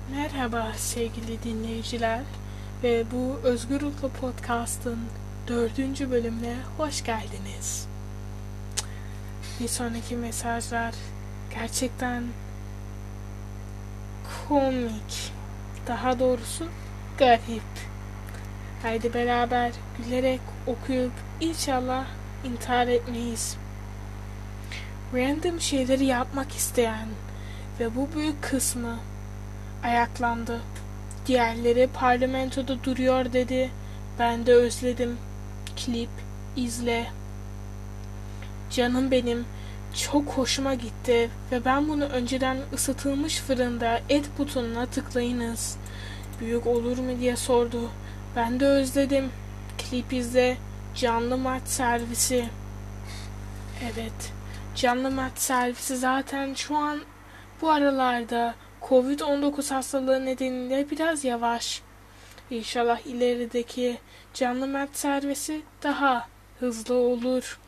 Merhaba sevgili dinleyiciler ve bu Özgür Ruhlu Podcast'ın 4. bölümüne hoş geldiniz. Bir sonraki mesajlar gerçekten komik, daha doğrusu garip. Haydi beraber gülerek okuyup inşallah intihar etmeyiz. Random şeyleri yapmak isteyen ve bu büyük kısmı ayaklandı. Diğerleri parlamentoda duruyor dedi. Ben de özledim. Klip, izle. Canım benim, çok hoşuma gitti ve ben bunu önceden ısıtılmış fırında et butonuna tıklayınız. Büyük olur mu diye sordu. Ben de özledim. Klip izle. Canlı maç servisi. Evet, canlı maç servisi zaten şu an bu aralarda Covid-19 hastalığı nedeniyle biraz yavaş. İnşallah ilerideki canlı maç servisi daha hızlı olur.